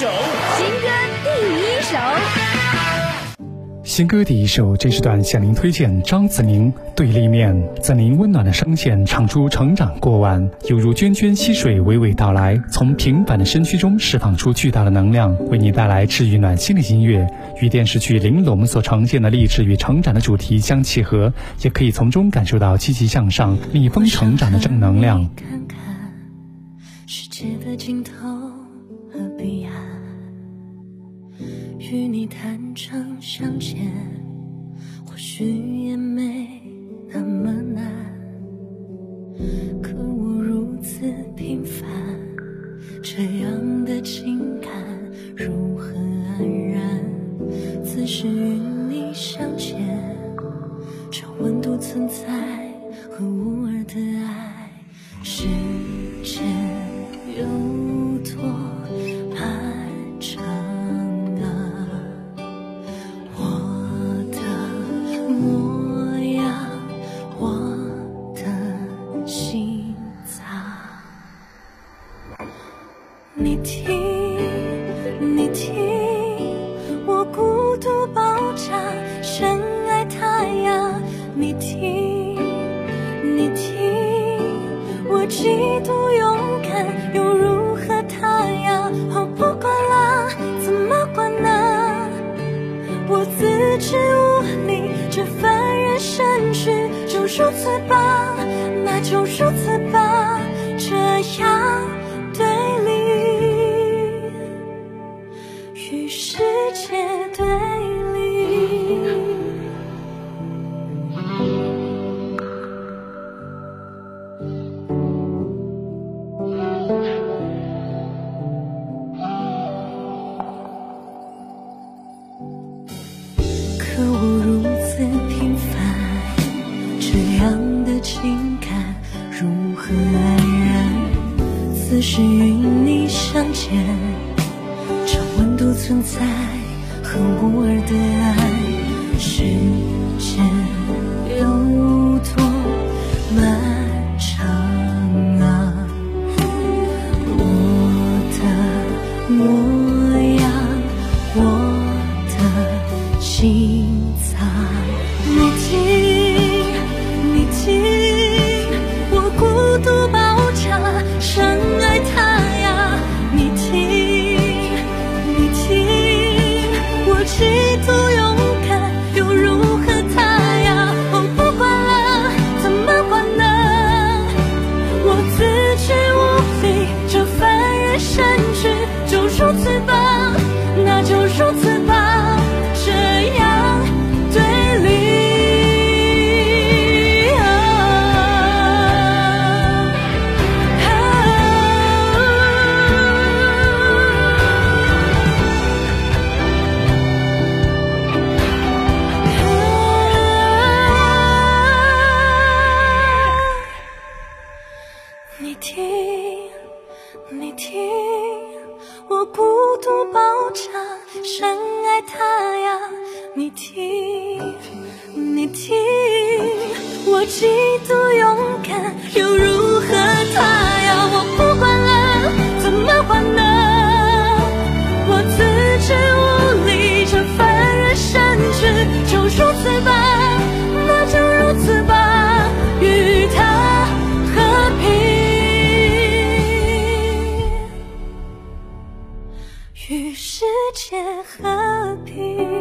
首，新歌第一首。 新歌第一首，这时段向您推荐张子宁《对立面》，子宁温暖的声线唱出成长过往，犹如涓涓溪水娓娓道来，从平凡的身躯中释放出巨大的能量，为你带来治愈暖心的音乐。与电视剧《玲珑》所呈现的励志与成长的主题相契合，也可以从中感受到积极向上、逆风成长的正能量。 看看世界的尽头和彼岸，与你坦诚相见，或许也没那么难。可我如此平凡，这样的情感如何安然？此时与你相见，这温度存在和无二的爱，时间有多漫长？你听，你听，我孤独爆炸，深爱他呀。你听，你听，我极度勇敢，又如何他呀？我不管啦，怎么管呢？我自知无力，这凡人身躯，就如此吧，那就如此吧，这样对立。与世界对立，可我如此平凡，这样的情感如何安然？此时与你相见，温度存在和无二的爱，时间有多漫长啊？我的模样，我的心脏，你听，你听，我孤独爆炸，深爱他呀，你听。极度勇敢，又如何他呀？我不管了，怎么管呢？我自知无力，这凡人身躯，就如此吧，那就如此吧，这样对立。你听，你听，我孤独爆炸，深爱他呀。你听，你听，我极度勇敢，又如何他呀？我不管了，怎么管呢？我自知无力，这凡人身躯，就如此吧，那就如此吧，与他和平。与世界和平。